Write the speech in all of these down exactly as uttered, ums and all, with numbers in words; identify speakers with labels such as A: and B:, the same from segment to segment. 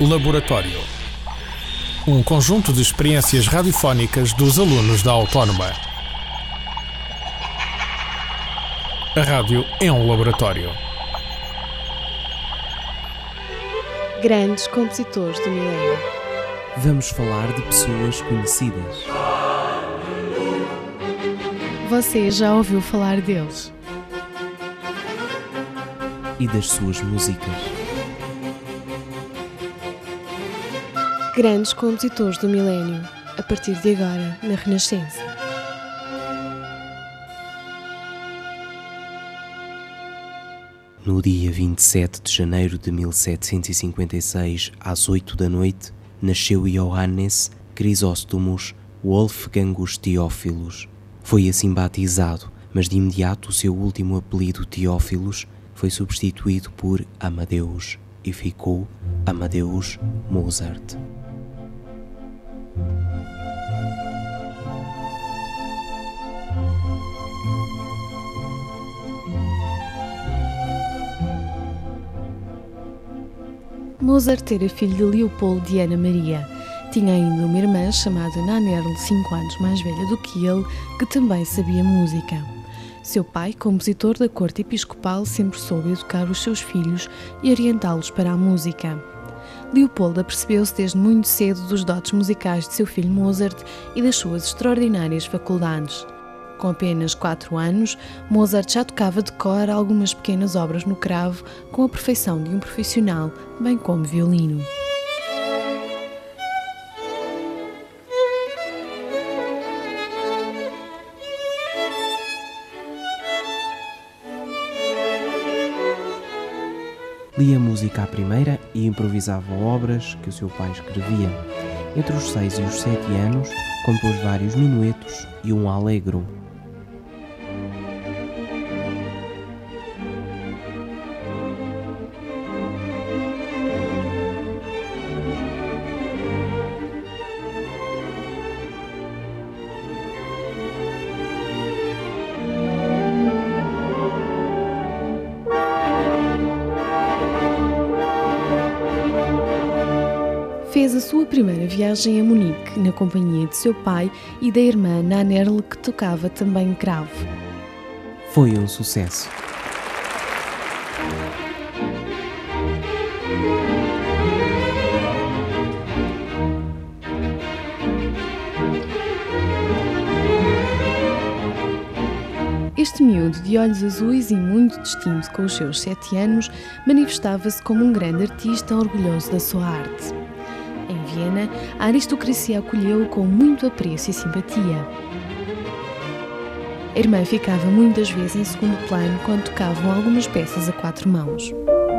A: Laboratório. Um conjunto de experiências radiofónicas dos alunos da Autónoma. A rádio é um laboratório.
B: Grandes compositores do milénio.
C: Vamos falar de pessoas conhecidas.
B: Você já ouviu falar deles?
C: E das suas músicas.
B: Grandes compositores do milénio, a partir de agora, na Renascença.
C: No dia vinte e sete de janeiro de mil setecentos e cinquenta e seis, às oito da noite, nasceu Johannes Chrysostomos Wolfgangus Theophilus. Foi assim batizado, mas de imediato o seu último apelido Theophilus foi substituído por Amadeus e ficou Amadeus Mozart.
B: Mozart era filho de Leopoldo e Ana Maria. Tinha ainda uma irmã chamada Nannerl, cinco anos mais velha do que ele, que também sabia música. Seu pai, compositor da corte episcopal, sempre soube educar os seus filhos e orientá-los para a música. Leopoldo apercebeu-se desde muito cedo dos dotes musicais de seu filho Mozart e das suas extraordinárias faculdades. Com apenas quatro anos, Mozart já tocava de cor algumas pequenas obras no cravo com a perfeição de um profissional, bem como violino.
C: Lia música à primeira e improvisava obras que o seu pai escrevia. Entre os seis e os sete anos, compôs vários minuetos e um allegro.
B: Fez a sua primeira viagem a Munique, na companhia de seu pai e da irmã Nannerl, que tocava também cravo.
C: Foi um sucesso.
B: Este miúdo de olhos azuis e muito distinto com os seus sete anos manifestava-se como um grande artista orgulhoso da sua arte. Em Viena, a aristocracia acolheu-o com muito apreço e simpatia. A irmã ficava muitas vezes em segundo plano quando tocavam algumas peças a quatro mãos.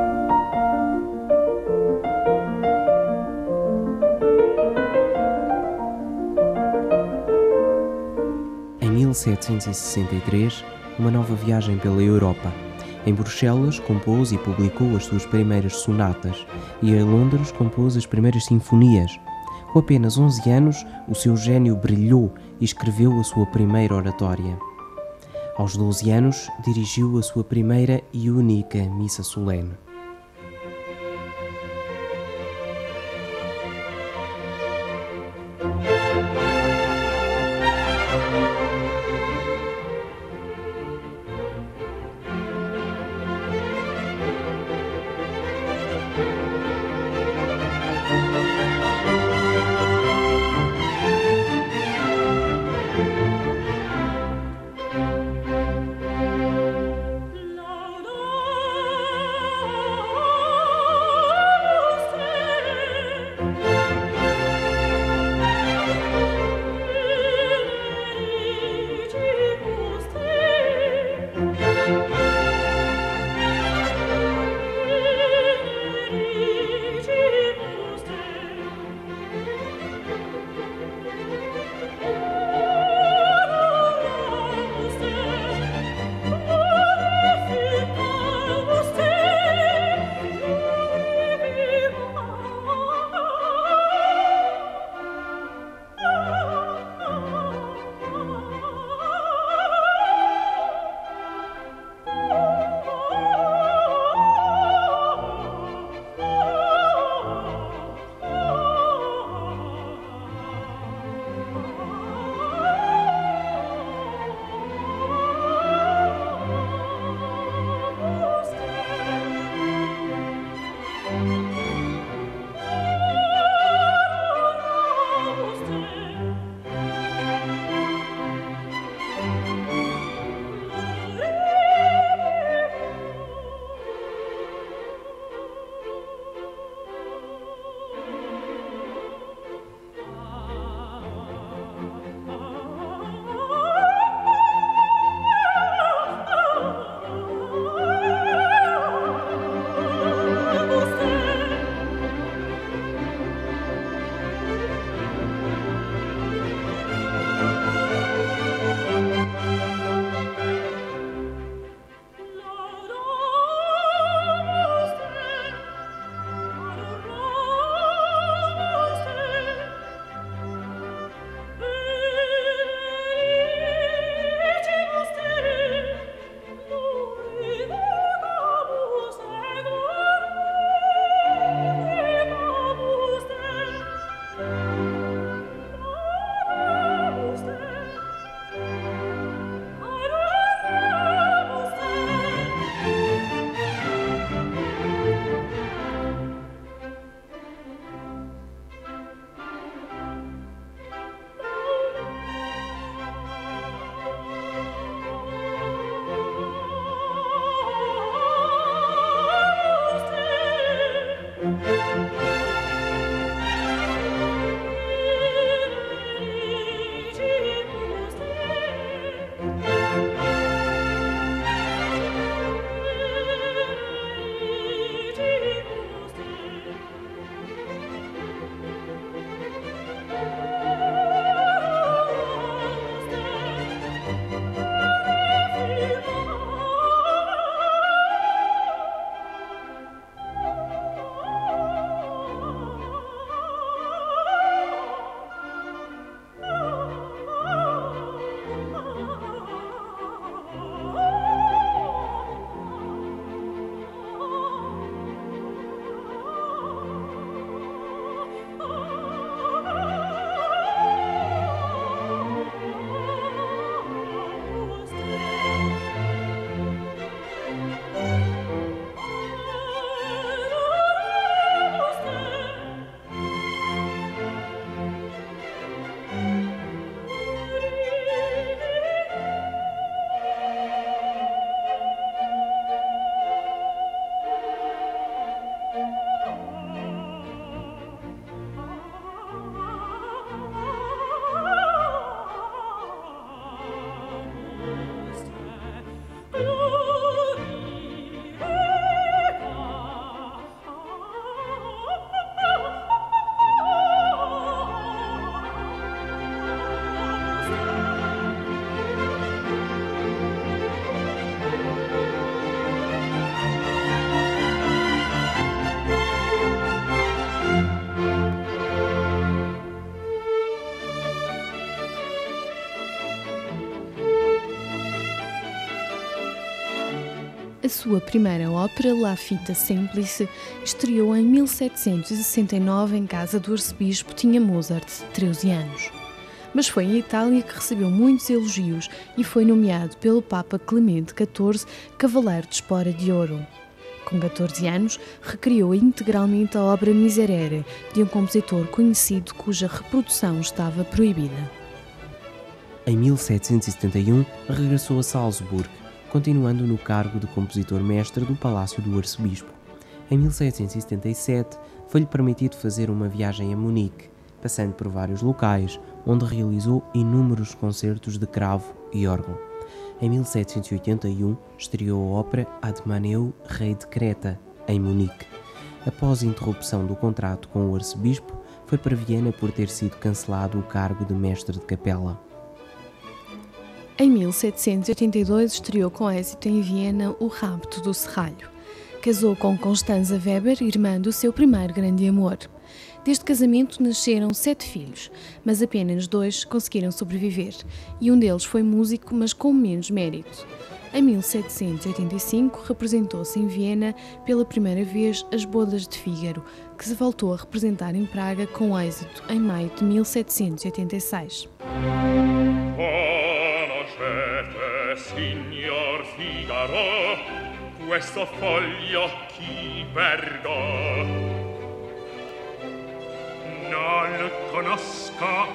C: Em mil setecentos e sessenta e três, uma nova viagem pela Europa. Em Bruxelas, compôs e publicou as suas primeiras sonatas e em Londres compôs as primeiras sinfonias. Com apenas onze anos, o seu gênio brilhou e escreveu a sua primeira oratória. Aos doze anos, dirigiu a sua primeira e única missa solene.
B: A sua primeira ópera, La Fita Semplice, estreou em mil setecentos e sessenta e nove em casa do arcebispo tinha Mozart, treze anos. Mas foi em Itália que recebeu muitos elogios e foi nomeado pelo Papa Clemente catorze Cavaleiro de Espora de Ouro. Com catorze anos, recriou integralmente a obra Miserere, de um compositor conhecido cuja reprodução estava proibida.
C: Em mil setecentos e setenta e um, regressou a Salzburgo, continuando no cargo de compositor-mestre do Palácio do Arcebispo. Em mil setecentos e setenta e sete, foi-lhe permitido fazer uma viagem a Munique, passando por vários locais, onde realizou inúmeros concertos de cravo e órgão. Em mil setecentos e oitenta e um, estreou a ópera Admaneu, Rei de Creta, em Munique. Após a interrupção do contrato com o arcebispo, foi para Viena por ter sido cancelado o cargo de mestre de capela.
B: Em mil setecentos e oitenta e dois, estreou com êxito em Viena O Rapto do Serralho. Casou com Constanza Weber, irmã do seu primeiro grande amor. Deste casamento nasceram sete filhos, mas apenas dois conseguiram sobreviver, e um deles foi músico, mas com menos mérito. Em mil setecentos e oitenta e cinco, representou-se em Viena pela primeira vez As Bodas de Fígaro, que se voltou a representar em Praga com êxito em maio de mil setecentos e oitenta e seis.
D: Signor Figaro, questo foglio chi vergò? Non conosco,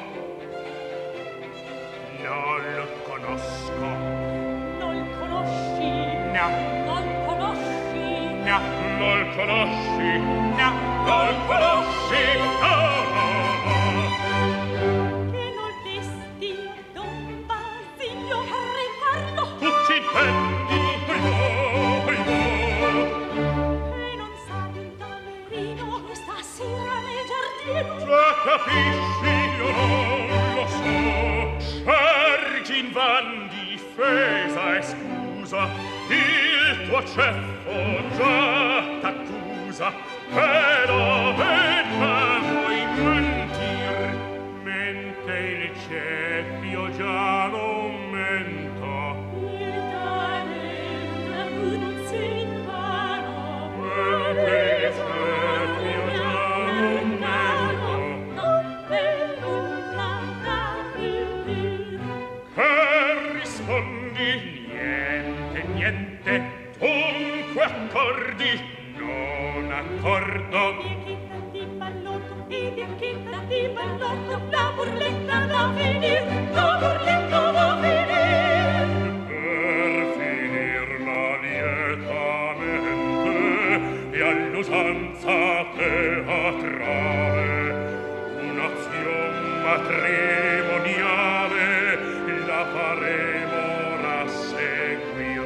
D: non conosco.
E: Non conosci?
D: No.
E: Non conosci?
D: No. Non conosci? No. Non conosci? No, no, no.
E: Che non desti Don Basilio Riccardo?
D: Tutti intendi, oivo, oivo.
E: E non sa il ballerino stasera nel giardino?
D: Già capisci, io non lo so. Cerchi invan difesa e scusa, il tuo ceffo già t'accusa, e dove vuoi mentir? Mente il ceffio già non mento.
E: Il talento puzzi in vano.
D: Mente il ceffio già non mento.
E: Non è nulla da dir.
D: Che rispondi? Niente, niente, dunque accordi, non accordo.
E: Di ballotto e di acchetta di ballotto, la burletta da finir, la burletta da finir.
D: Per finirla lietamente e all'usanza teatrale, un'azione matrimoniale la faremo rasseguir.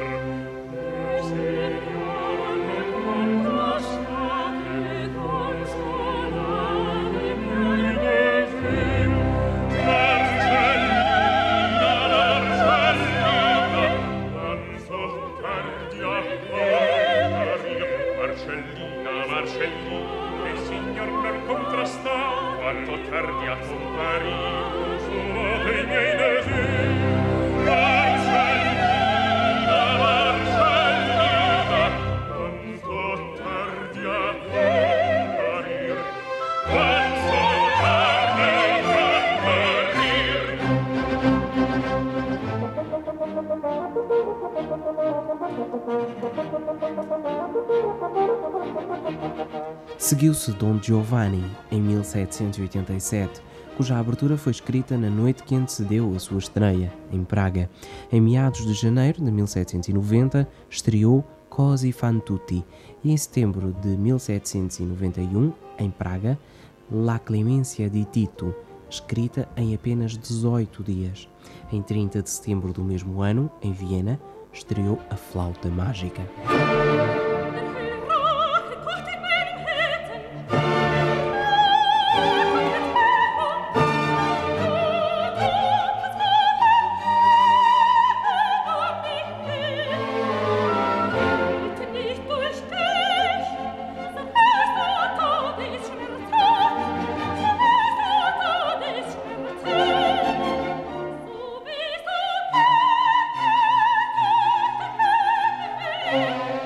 D: Marcellina, Marcellina, il signor non contrasta, quanto tardi a comparire, sono dei miei desiri. Marcellina, Marcellina, quanto tardi a comparire, quanto tardi a
C: Seguiu-se Don Giovanni, em mil setecentos e oitenta e sete, cuja abertura foi escrita na noite que antecedeu a sua estreia, em Praga. Em meados de janeiro de mil setecentos e noventa, estreou Così fan tutti, e em setembro de mil setecentos e noventa e um, em Praga, La Clemência di Tito, escrita em apenas dezoito dias. Em trinta de setembro do mesmo ano, em Viena, estreou A Flauta Mágica.
E: Thank you.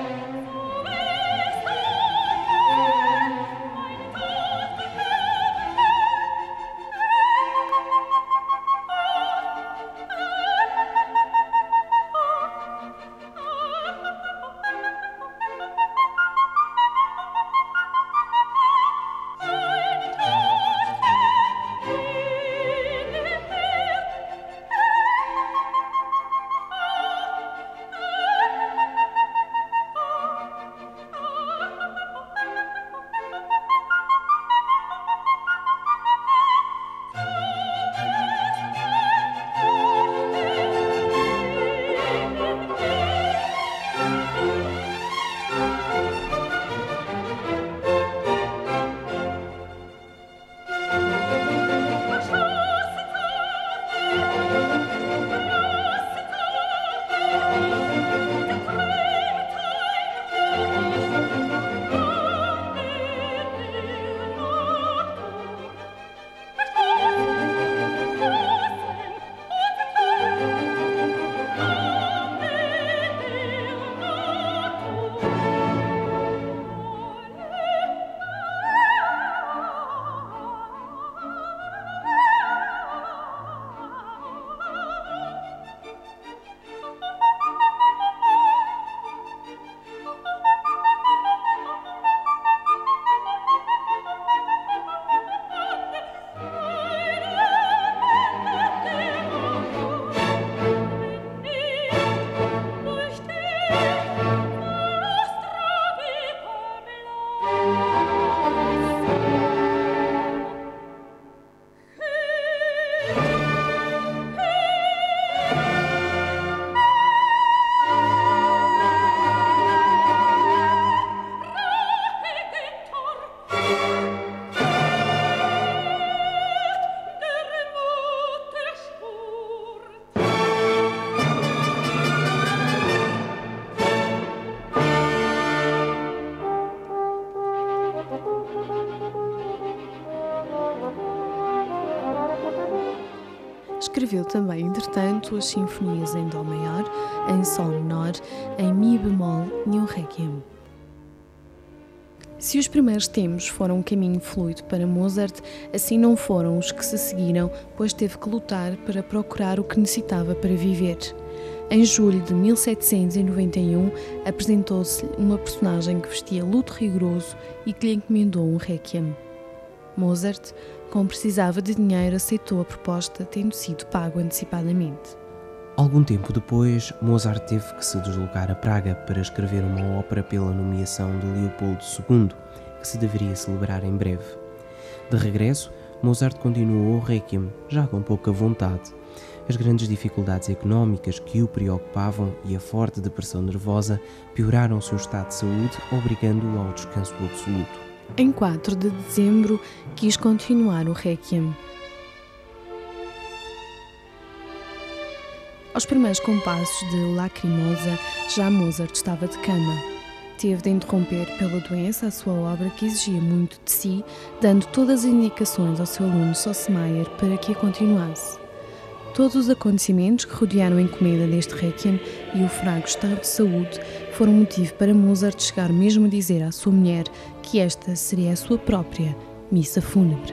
B: Escreveu também, entretanto, as sinfonias em Dó maior, em Sol menor, em Mi bemol e o Requiem. Se os primeiros tempos foram um caminho fluido para Mozart, assim não foram os que se seguiram, pois teve que lutar para procurar o que necessitava para viver. Em julho de mil setecentos e noventa e um, apresentou-se-lhe uma personagem que vestia luto rigoroso e que lhe encomendou um Requiem. Mozart, como precisava de dinheiro, aceitou a proposta, tendo sido pago antecipadamente.
C: Algum tempo depois, Mozart teve que se deslocar a Praga para escrever uma ópera pela nomeação de Leopoldo segundo, que se deveria celebrar em breve. De regresso, Mozart continuou o Requiem, já com pouca vontade. As grandes dificuldades económicas que o preocupavam e a forte depressão nervosa pioraram o seu estado de saúde, obrigando-o ao descanso absoluto.
B: Em quatro de dezembro, quis continuar o Requiem. Aos primeiros compassos de Lacrimosa, já Mozart estava de cama. Teve de interromper pela doença a sua obra, que exigia muito de si, dando todas as indicações ao seu aluno Sosmeyer para que a continuasse. Todos os acontecimentos que rodearam a encomenda deste Requiem e o fraco estado de saúde foram motivo para Mozart chegar mesmo a dizer à sua mulher que esta seria a sua própria missa fúnebre.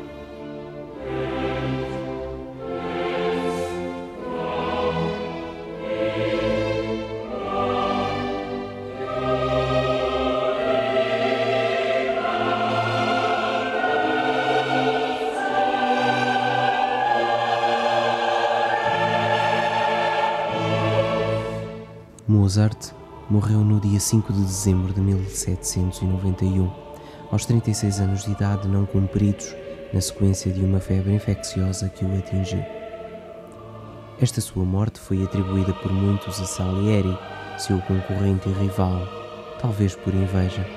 C: Mozart morreu no dia cinco de dezembro de mil setecentos e noventa e um, aos trinta e seis anos de idade não cumpridos, na sequência de uma febre infecciosa que o atingiu. Esta sua morte foi atribuída por muitos a Salieri, seu concorrente e rival, talvez por inveja.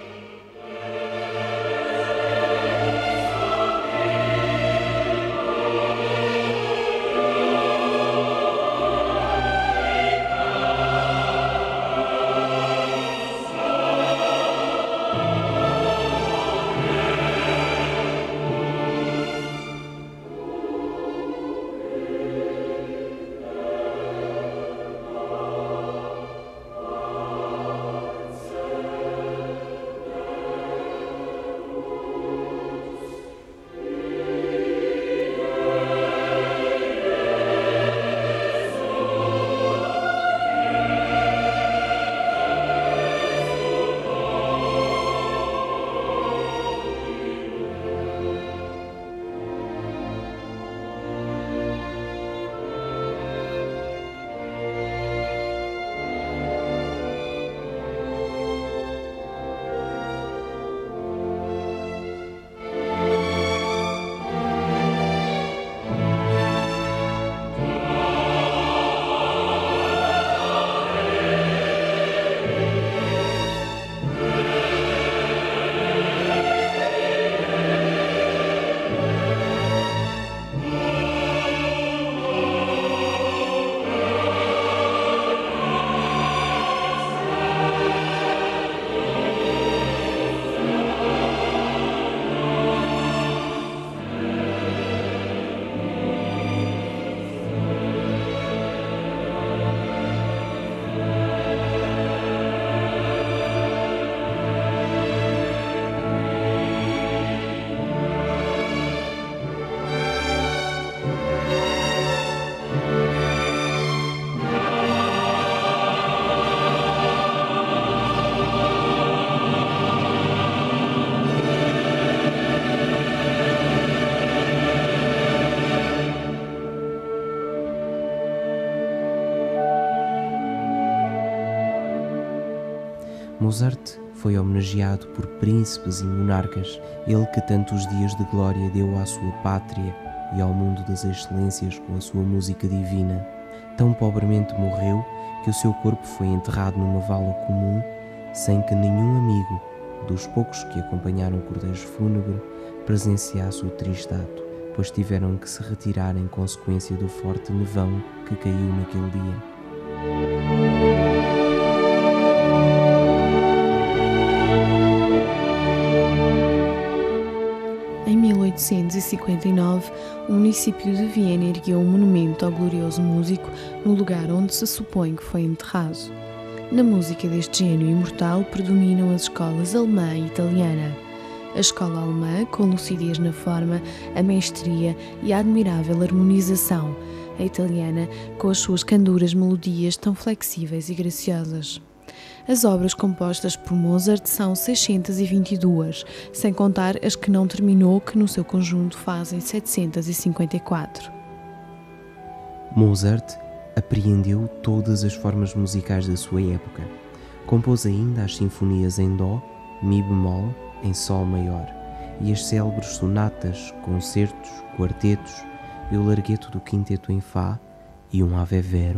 C: Mozart foi homenageado por príncipes e monarcas, ele que tantos dias de glória deu à sua pátria e ao mundo das excelências com a sua música divina. Tão pobremente morreu que o seu corpo foi enterrado numa vala comum, sem que nenhum amigo, dos poucos que acompanharam o cortejo fúnebre, presenciasse o triste ato, pois tiveram que se retirar em consequência do forte nevão que caiu naquele dia.
B: Em mil oitocentos e cinquenta e nove, o município de Viena ergueu um monumento ao glorioso músico no lugar onde se supõe que foi enterrado. Na música deste gênio imortal predominam as escolas alemã e italiana. A escola alemã, com lucidez na forma, a mestria e a admirável harmonização. A italiana, com as suas canduras melodias tão flexíveis e graciosas. As obras compostas por Mozart são seiscentas e vinte e duas, sem contar as que não terminou, que no seu conjunto fazem setecentas e cinquenta e quatro.
C: Mozart apreendeu todas as formas musicais da sua época. Compôs ainda as sinfonias em Dó, Mi bemol, em Sol maior, e as célebres sonatas, concertos, quartetos e o largueto do quinteto em Fá e um Ave Verum.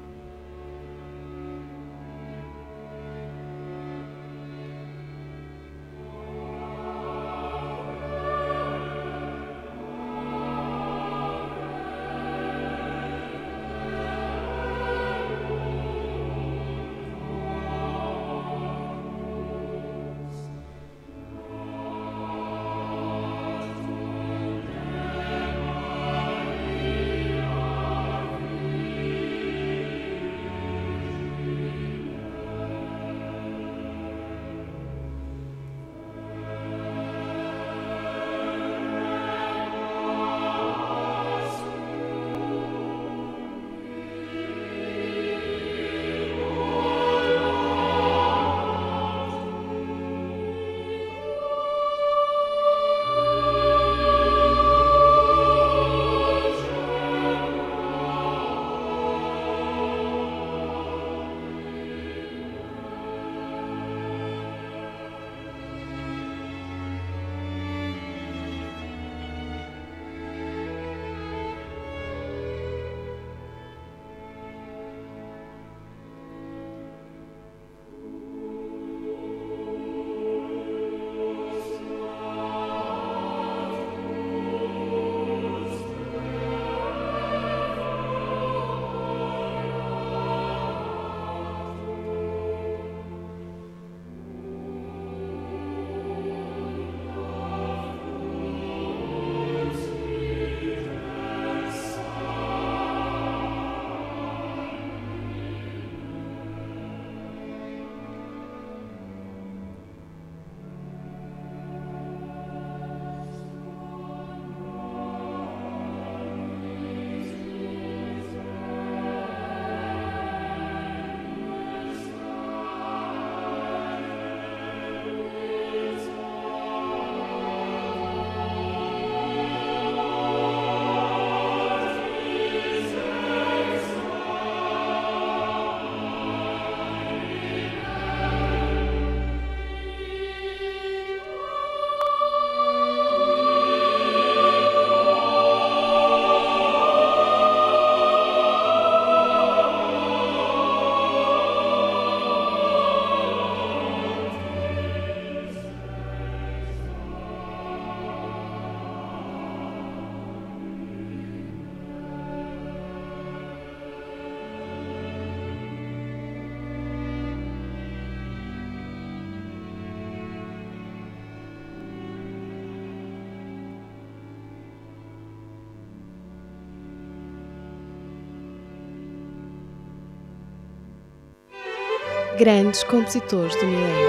B: Grandes compositores do milénio.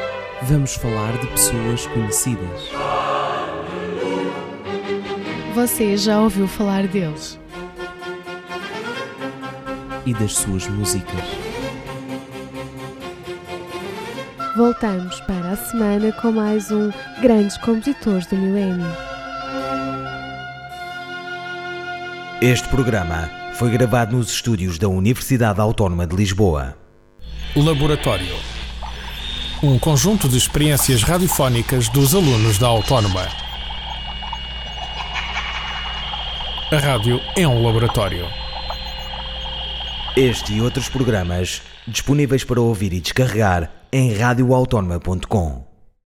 C: Vamos falar de pessoas conhecidas.
B: Você já ouviu falar deles?
C: E das suas músicas.
B: Voltamos para a semana com mais um Grandes Compositores do Milénio.
F: Este programa foi gravado nos estúdios da Universidade Autónoma de Lisboa.
A: Laboratório. Um conjunto de experiências radiofónicas dos alunos da Autónoma. A rádio é um laboratório.
F: Este e outros programas disponíveis para ouvir e descarregar em radio autónoma ponto com.